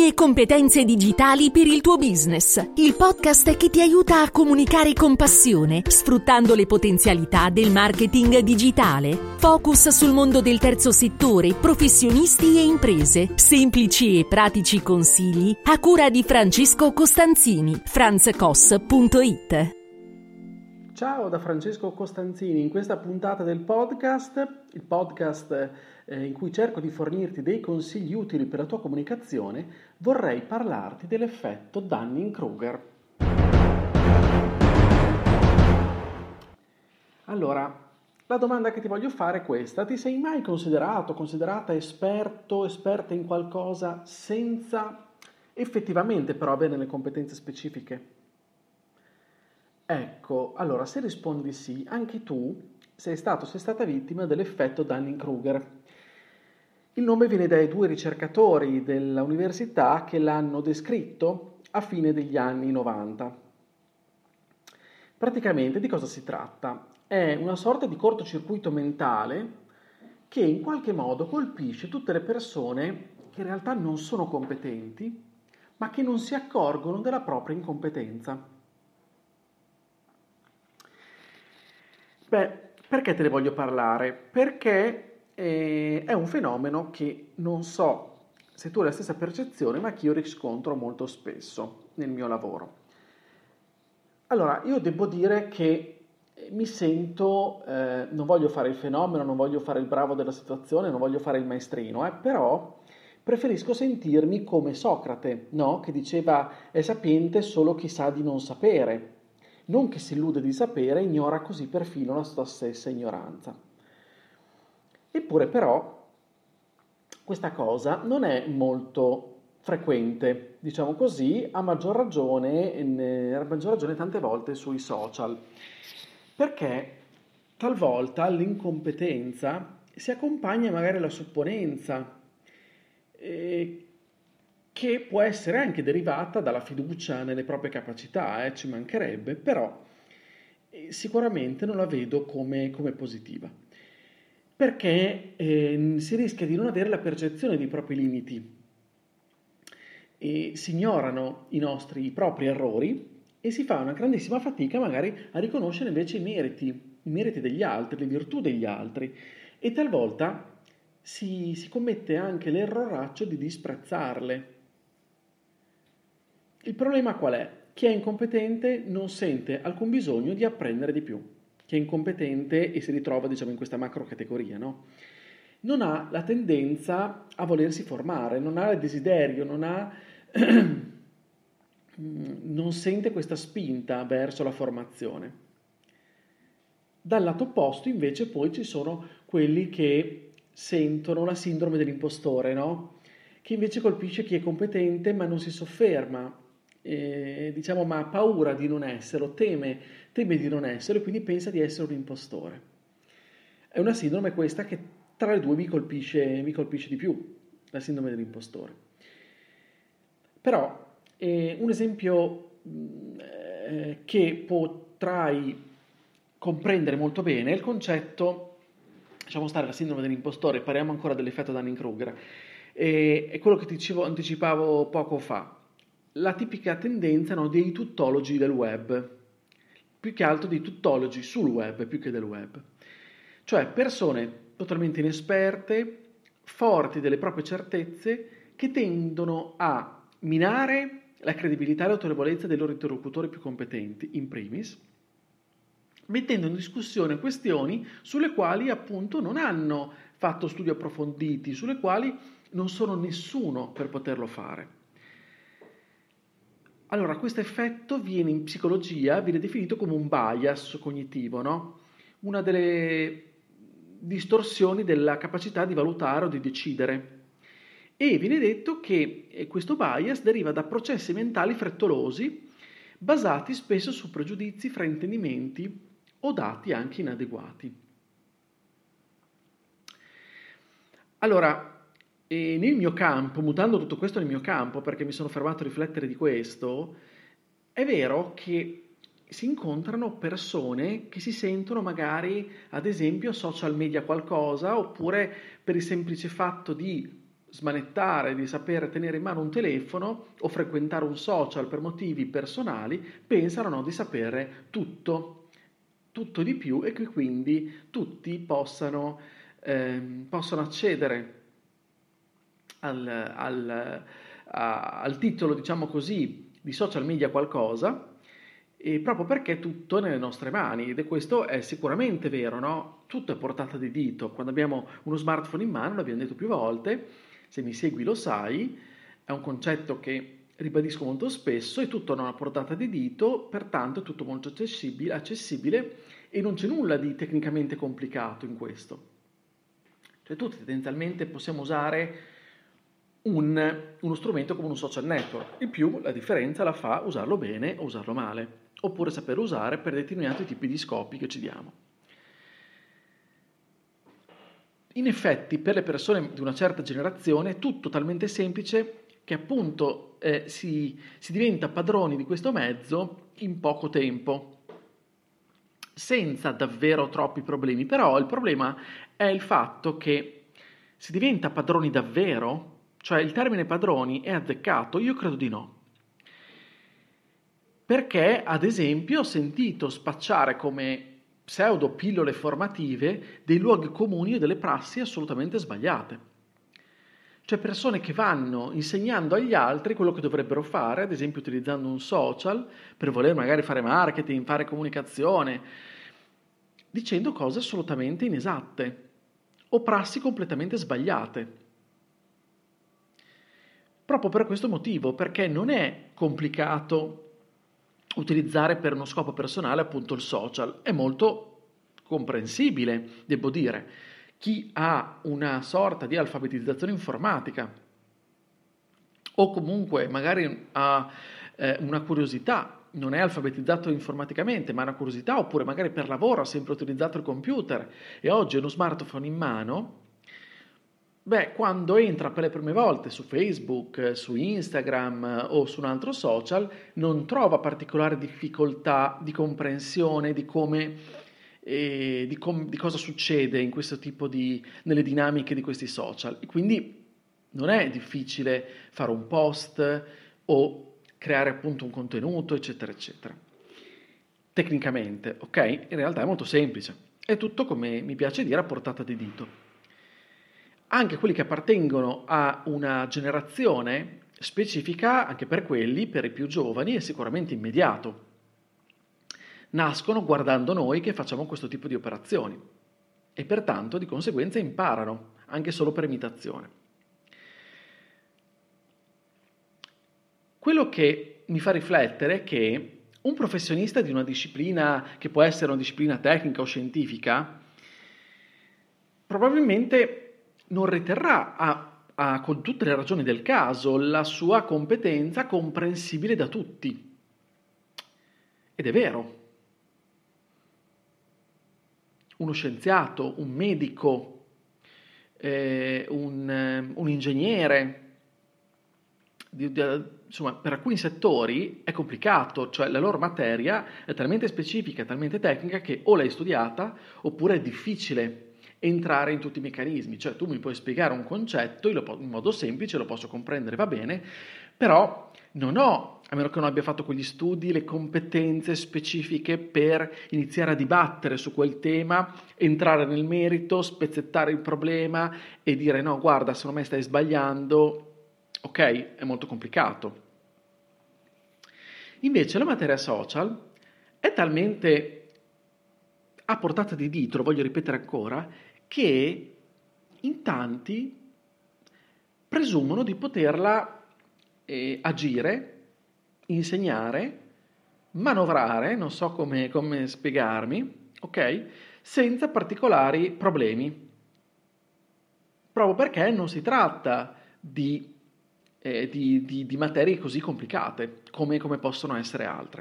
e competenze digitali per il tuo business. Il podcast che ti aiuta a comunicare con passione, sfruttando le potenzialità del marketing digitale. Focus sul mondo del terzo settore, professionisti e imprese. Semplici e pratici consigli a cura di Francesco Costanzini, franzcos.it. Ciao da Francesco Costanzini. In questa puntata del podcast, il podcast in cui cerco di fornirti dei consigli utili per la tua comunicazione, vorrei parlarti dell'effetto Dunning-Kruger. Allora, la domanda che ti voglio fare è questa: ti sei mai considerata esperto, esperta in qualcosa senza effettivamente però avere le competenze specifiche? Ecco, allora se rispondi sì, anche tu sei stata vittima dell'effetto Dunning-Kruger. Il nome viene dai due ricercatori dell'università che l'hanno descritto a fine degli anni 90. Praticamente di cosa si tratta? È una sorta di cortocircuito mentale che in qualche modo colpisce tutte le persone che in realtà non sono competenti, ma che non si accorgono della propria incompetenza. Beh, perché te ne voglio parlare? Perché è un fenomeno che non so se tu hai la stessa percezione, ma che io riscontro molto spesso nel mio lavoro. Allora, io devo dire che mi sento, non voglio fare il fenomeno, non voglio fare il bravo della situazione, non voglio fare il maestrino, però preferisco sentirmi come Socrate, no? Che diceva: è sapiente solo chi sa di non sapere. Non che si illude di sapere, ignora così perfino la sua stessa ignoranza. Eppure però questa cosa non è molto frequente, diciamo così, a maggior ragione tante volte sui social, perché talvolta all'incompetenza si accompagna magari la supponenza, che può essere anche derivata dalla fiducia nelle proprie capacità, ci mancherebbe, però sicuramente non la vedo come positiva, perché si rischia di non avere la percezione dei propri limiti, e si ignorano i propri errori e si fa una grandissima fatica magari a riconoscere invece i meriti degli altri, le virtù degli altri, e talvolta si commette anche l'erroraccio di disprezzarle. Il problema qual è? Chi è incompetente non sente alcun bisogno di apprendere di più. Chi è incompetente e si ritrova, diciamo, in questa macro categoria, no? Non ha la tendenza a volersi formare, non ha il desiderio, non sente questa spinta verso la formazione. Dal lato opposto, invece, poi ci sono quelli che sentono la sindrome dell'impostore, no? Che invece colpisce chi è competente ma non si sofferma, ma ha paura di non esserlo, teme di non esserlo e quindi pensa di essere un impostore. È una sindrome questa che tra le due mi colpisce di più, la sindrome dell'impostore. Però un esempio che potrai comprendere molto bene è il concetto, lasciamo stare la sindrome dell'impostore, parliamo ancora dell'effetto Dunning-Kruger, è quello che ti anticipavo poco fa. La tipica tendenza, no, dei tuttologi del web, più che altro dei tuttologi sul web più che del web, cioè persone totalmente inesperte, forti delle proprie certezze, che tendono a minare la credibilità e l'autorevolezza dei loro interlocutori più competenti, in primis, mettendo in discussione questioni sulle quali appunto non hanno fatto studi approfonditi, sulle quali non sono nessuno per poterlo fare. Allora, questo effetto in psicologia viene definito come un bias cognitivo, no? Una delle distorsioni della capacità di valutare o di decidere. E viene detto che questo bias deriva da processi mentali frettolosi, basati spesso su pregiudizi, fraintendimenti o dati anche inadeguati. Allora, nel mio campo, mutando tutto questo nel mio campo, perché mi sono fermato a riflettere di questo, è vero che si incontrano persone che si sentono magari, ad esempio, social media qualcosa, oppure per il semplice fatto di smanettare, di sapere tenere in mano un telefono o frequentare un social per motivi personali, pensano di sapere tutto di più e che quindi tutti possano accedere al titolo, diciamo così, di social media qualcosa, e proprio perché è tutto nelle nostre mani, ed questo è sicuramente vero, no? Tutto è a portata di dito. Quando abbiamo uno smartphone in mano, l'abbiamo detto più volte, se mi segui lo sai, è un concetto che ribadisco molto spesso, è tutto a portata di dito, pertanto è tutto molto accessibile e non c'è nulla di tecnicamente complicato in questo. Cioè tutti tendenzialmente possiamo usare uno strumento come un social network, in più la differenza la fa usarlo bene o usarlo male, oppure saperlo usare per determinati tipi di scopi che ci diamo. In effetti, per le persone di una certa generazione è tutto talmente semplice che appunto si diventa padroni di questo mezzo in poco tempo, senza davvero troppi problemi. Però il problema è il fatto che si diventa padroni davvero, cioè il termine padroni è azzeccato? Io credo di no. Perché, ad esempio, ho sentito spacciare come pseudo pillole formative dei luoghi comuni e delle prassi assolutamente sbagliate. Cioè persone che vanno insegnando agli altri quello che dovrebbero fare, ad esempio utilizzando un social per voler magari fare marketing, fare comunicazione, dicendo cose assolutamente inesatte o prassi completamente sbagliate. Proprio per questo motivo, perché non è complicato utilizzare per uno scopo personale appunto il social, è molto comprensibile, devo dire. Chi ha una sorta di alfabetizzazione informatica o comunque magari ha una curiosità, non è alfabetizzato informaticamente, ma ha una curiosità, oppure magari per lavoro ha sempre utilizzato il computer e oggi ha uno smartphone in mano, quando entra per le prime volte su Facebook, su Instagram o su un altro social, non trova particolare difficoltà di comprensione di come di cosa succede in questo tipo nelle dinamiche di questi social. E quindi non è difficile fare un post o creare appunto un contenuto, eccetera, eccetera. Tecnicamente, ok? In realtà è molto semplice. È tutto, come mi piace dire, a portata di dito. Anche quelli che appartengono a una generazione specifica, anche per quelli, per i più giovani, è sicuramente immediato. Nascono guardando noi che facciamo questo tipo di operazioni e pertanto di conseguenza imparano, anche solo per imitazione. Quello che mi fa riflettere è che un professionista di una disciplina, che può essere una disciplina tecnica o scientifica, probabilmente non riterrà, con tutte le ragioni del caso, la sua competenza comprensibile da tutti. Ed è vero. Uno scienziato, un medico, un ingegnere, insomma, per alcuni settori è complicato, cioè la loro materia è talmente specifica, talmente tecnica che o l'hai studiata oppure è difficile entrare in tutti i meccanismi. Cioè tu mi puoi spiegare un concetto, io in modo semplice lo posso comprendere, va bene, però non ho, a meno che non abbia fatto quegli studi, le competenze specifiche per iniziare a dibattere su quel tema, entrare nel merito, spezzettare il problema e dire no, guarda, secondo me stai sbagliando, ok, è molto complicato. Invece la materia social è talmente a portata di dito, lo voglio ripetere ancora, che in tanti presumono di poterla agire, insegnare, manovrare, non so come spiegarmi, ok? Senza particolari problemi. Proprio perché non si tratta di materie così complicate come possono essere altre.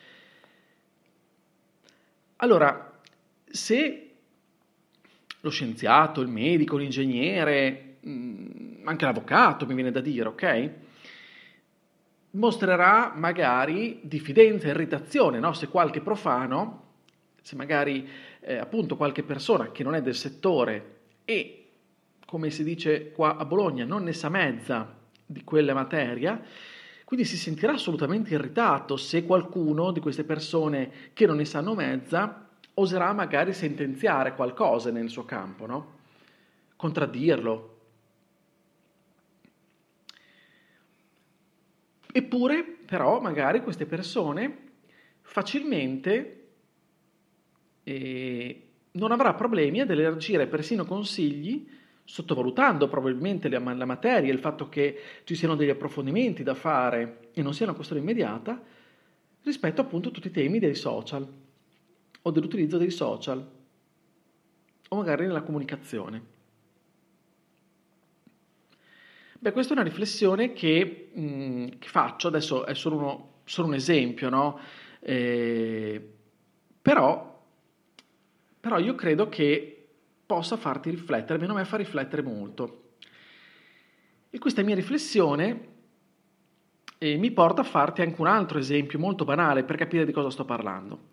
Allora, se lo scienziato, il medico, l'ingegnere, anche l'avvocato, mi viene da dire, ok? Mostrerà magari diffidenza, irritazione, no? Se qualche profano, se magari appunto qualche persona che non è del settore e come si dice qua a Bologna, non ne sa mezza di quella materia, quindi si sentirà assolutamente irritato se qualcuno di queste persone che non ne sanno mezza oserà magari sentenziare qualcosa nel suo campo, no? Contraddirlo. Eppure, però, magari queste persone facilmente non avrà problemi ad elargire persino consigli, sottovalutando probabilmente la materia, il fatto che ci siano degli approfondimenti da fare e non sia una questione immediata, rispetto appunto a tutti i temi dei social o dell'utilizzo dei social o magari nella comunicazione. Beh, questa è una riflessione che faccio, adesso è solo un esempio, no? Però io credo che possa farti riflettere, almeno a me fa riflettere molto. E questa mia riflessione mi porta a farti anche un altro esempio molto banale per capire di cosa sto parlando.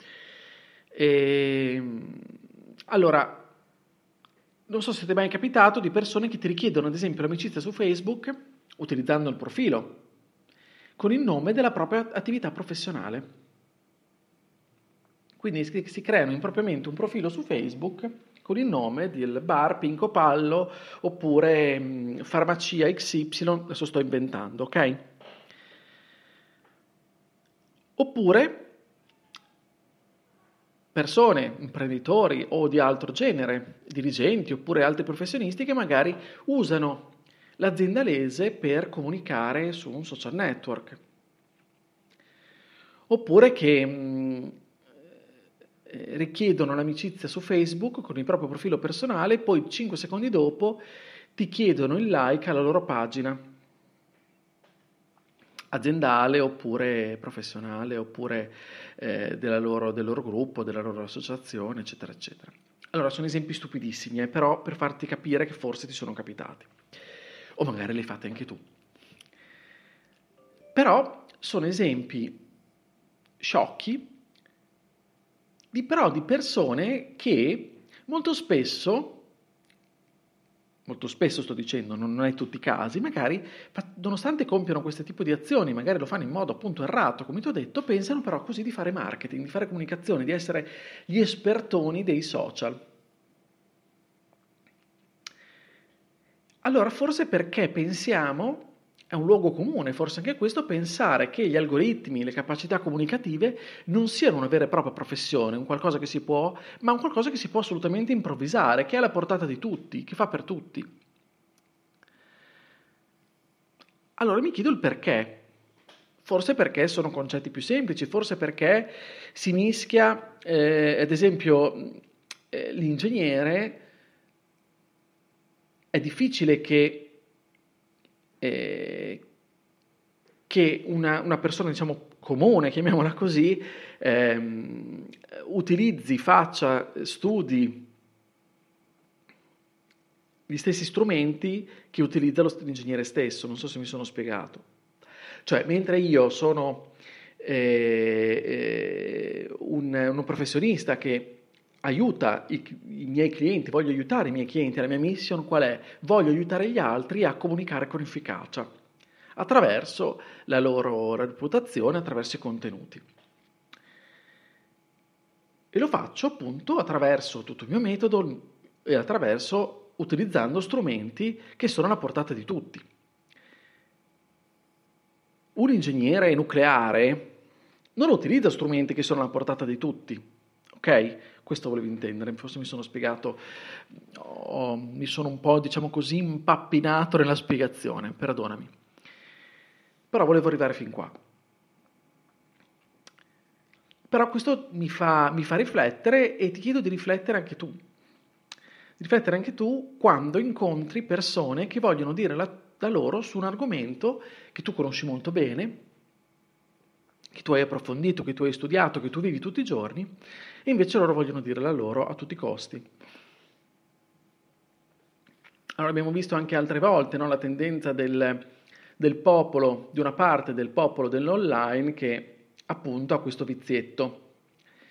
Allora, non so se ti è mai capitato di persone che ti richiedono ad esempio l'amicizia su Facebook utilizzando il profilo con il nome della propria attività professionale. Quindi si creano impropriamente un profilo su Facebook con il nome del bar Pinco Pallo oppure farmacia XY, adesso sto inventando, ok? Oppure persone, imprenditori o di altro genere, dirigenti oppure altri professionisti che magari usano l'aziendalese per comunicare su un social network. Oppure che richiedono l'amicizia su Facebook con il proprio profilo personale e poi 5 secondi dopo ti chiedono il like alla loro pagina aziendale oppure professionale oppure del loro gruppo, della loro associazione, eccetera, eccetera. Allora, sono esempi stupidissimi, però per farti capire che forse ti sono capitati. O magari li fate anche tu. Però sono esempi sciocchi di persone che molto spesso sto dicendo, non è tutti i casi, magari nonostante compiano questo tipo di azioni, magari lo fanno in modo appunto errato, come ti ho detto, pensano però così di fare marketing, di fare comunicazione, di essere gli espertoni dei social. Allora, forse perché pensiamo, è un luogo comune, forse anche questo, pensare che gli algoritmi, le capacità comunicative non siano una vera e propria professione, un qualcosa che si può, ma un qualcosa che si può assolutamente improvvisare, che è alla portata di tutti, che fa per tutti. Allora mi chiedo il perché. Forse perché sono concetti più semplici, forse perché si mischia, ad esempio, l'ingegnere, è difficile che una persona, diciamo, comune, chiamiamola così, faccia, studi gli stessi strumenti che utilizza l'ingegnere stesso. Non so se mi sono spiegato. Cioè, mentre io sono un professionista che aiuta i miei clienti, voglio aiutare i miei clienti, la mia mission qual è? Voglio aiutare gli altri a comunicare con efficacia attraverso la loro reputazione, attraverso i contenuti. E lo faccio appunto attraverso tutto il mio metodo e utilizzando strumenti che sono alla portata di tutti. Un ingegnere nucleare non utilizza strumenti che sono alla portata di tutti, ok? Questo volevo intendere, forse mi sono spiegato, mi sono un po', diciamo così, impappinato nella spiegazione, perdonami. Però volevo arrivare fin qua. Però questo mi fa riflettere e ti chiedo di riflettere anche tu. Di riflettere anche tu quando incontri persone che vogliono dire la loro su un argomento che tu conosci molto bene, che tu hai approfondito, che tu hai studiato, che tu vivi tutti i giorni, e invece loro vogliono dire la loro a tutti i costi. Allora abbiamo visto anche altre volte, no, la tendenza del popolo, di una parte del popolo dell'online che appunto ha questo vizietto.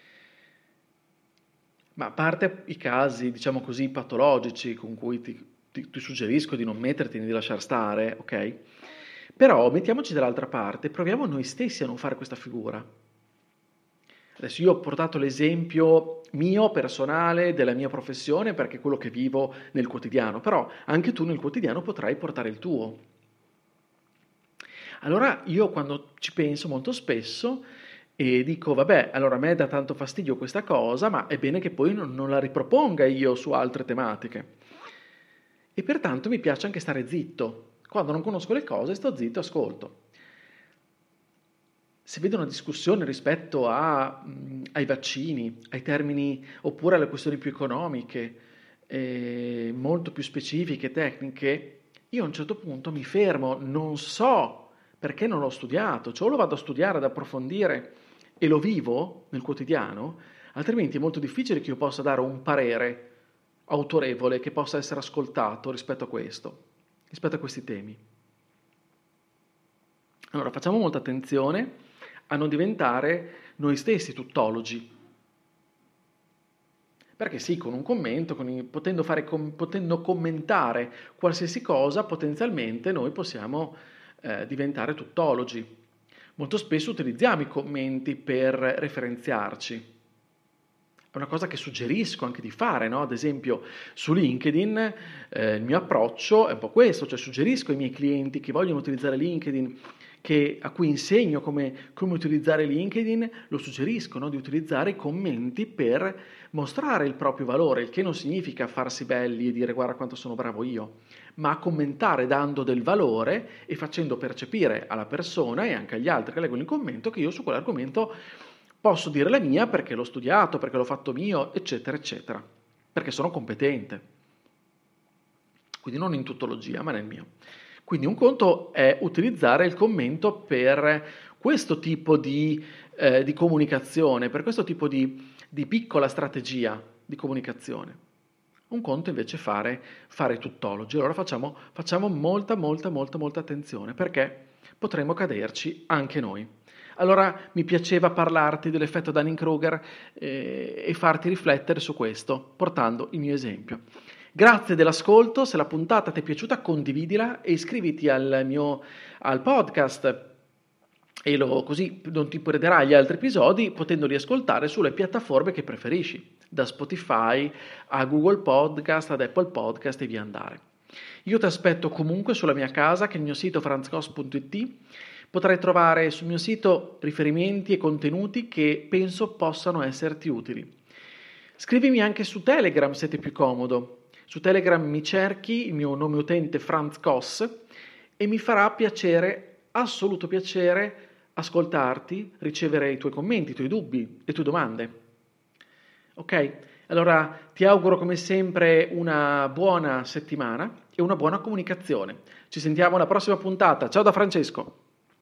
Ma a parte i casi, diciamo così, patologici con cui ti ti suggerisco di non metterti né di lasciar stare, ok? Però mettiamoci dall'altra parte, proviamo noi stessi a non fare questa figura. Adesso io ho portato l'esempio mio, personale, della mia professione, perché è quello che vivo nel quotidiano, però anche tu nel quotidiano potrai portare il tuo. Allora io quando ci penso molto spesso e dico, vabbè, allora a me dà tanto fastidio questa cosa, ma è bene che poi non la riproponga io su altre tematiche. E pertanto mi piace anche stare zitto. Quando non conosco le cose sto zitto e ascolto. Se vedo una discussione rispetto ai vaccini, ai termini, oppure alle questioni più economiche, molto più specifiche, tecniche, io a un certo punto mi fermo, non so perché non l'ho studiato, cioè o lo vado a studiare, ad approfondire e lo vivo nel quotidiano, altrimenti è molto difficile che io possa dare un parere autorevole che possa essere ascoltato rispetto a questo, rispetto a questi temi. Allora facciamo molta attenzione a non diventare noi stessi tuttologi. Perché sì, con un commento, potendo commentare qualsiasi cosa, potenzialmente noi possiamo diventare tuttologi. Molto spesso utilizziamo i commenti per referenziarci. È una cosa che suggerisco anche di fare, no? Ad esempio su LinkedIn il mio approccio è un po' questo, cioè suggerisco ai miei clienti che vogliono utilizzare LinkedIn, a cui insegno come utilizzare LinkedIn, lo suggerisco, no? Di utilizzare i commenti per mostrare il proprio valore, il che non significa farsi belli e dire guarda quanto sono bravo io, ma commentare dando del valore e facendo percepire alla persona e anche agli altri che leggono il commento che io su quell'argomento posso dire la mia perché l'ho studiato, perché l'ho fatto mio, eccetera, eccetera, perché sono competente. Quindi non in tuttologia, ma nel mio. Quindi un conto è utilizzare il commento per questo tipo di comunicazione, per questo tipo di piccola strategia di comunicazione. Un conto invece fare tuttologi. Allora facciamo molta attenzione perché potremmo caderci anche noi. Allora mi piaceva parlarti dell'effetto Dunning-Kruger e farti riflettere su questo, portando il mio esempio. Grazie dell'ascolto, se la puntata ti è piaciuta condividila e iscriviti al podcast e così non ti perderai gli altri episodi potendoli ascoltare sulle piattaforme che preferisci, da Spotify a Google Podcast, ad Apple Podcast e via andare. Io ti aspetto comunque sulla mia casa che è il mio sito franzcos.it. Potrai trovare sul mio sito riferimenti e contenuti che penso possano esserti utili. Scrivimi anche su Telegram se ti è più comodo. Su Telegram mi cerchi, il mio nome utente Franz Cos, e mi farà piacere, assoluto piacere, ascoltarti, ricevere i tuoi commenti, i tuoi dubbi, le tue domande. Ok? Allora ti auguro come sempre una buona settimana e una buona comunicazione. Ci sentiamo alla prossima puntata. Ciao da Francesco!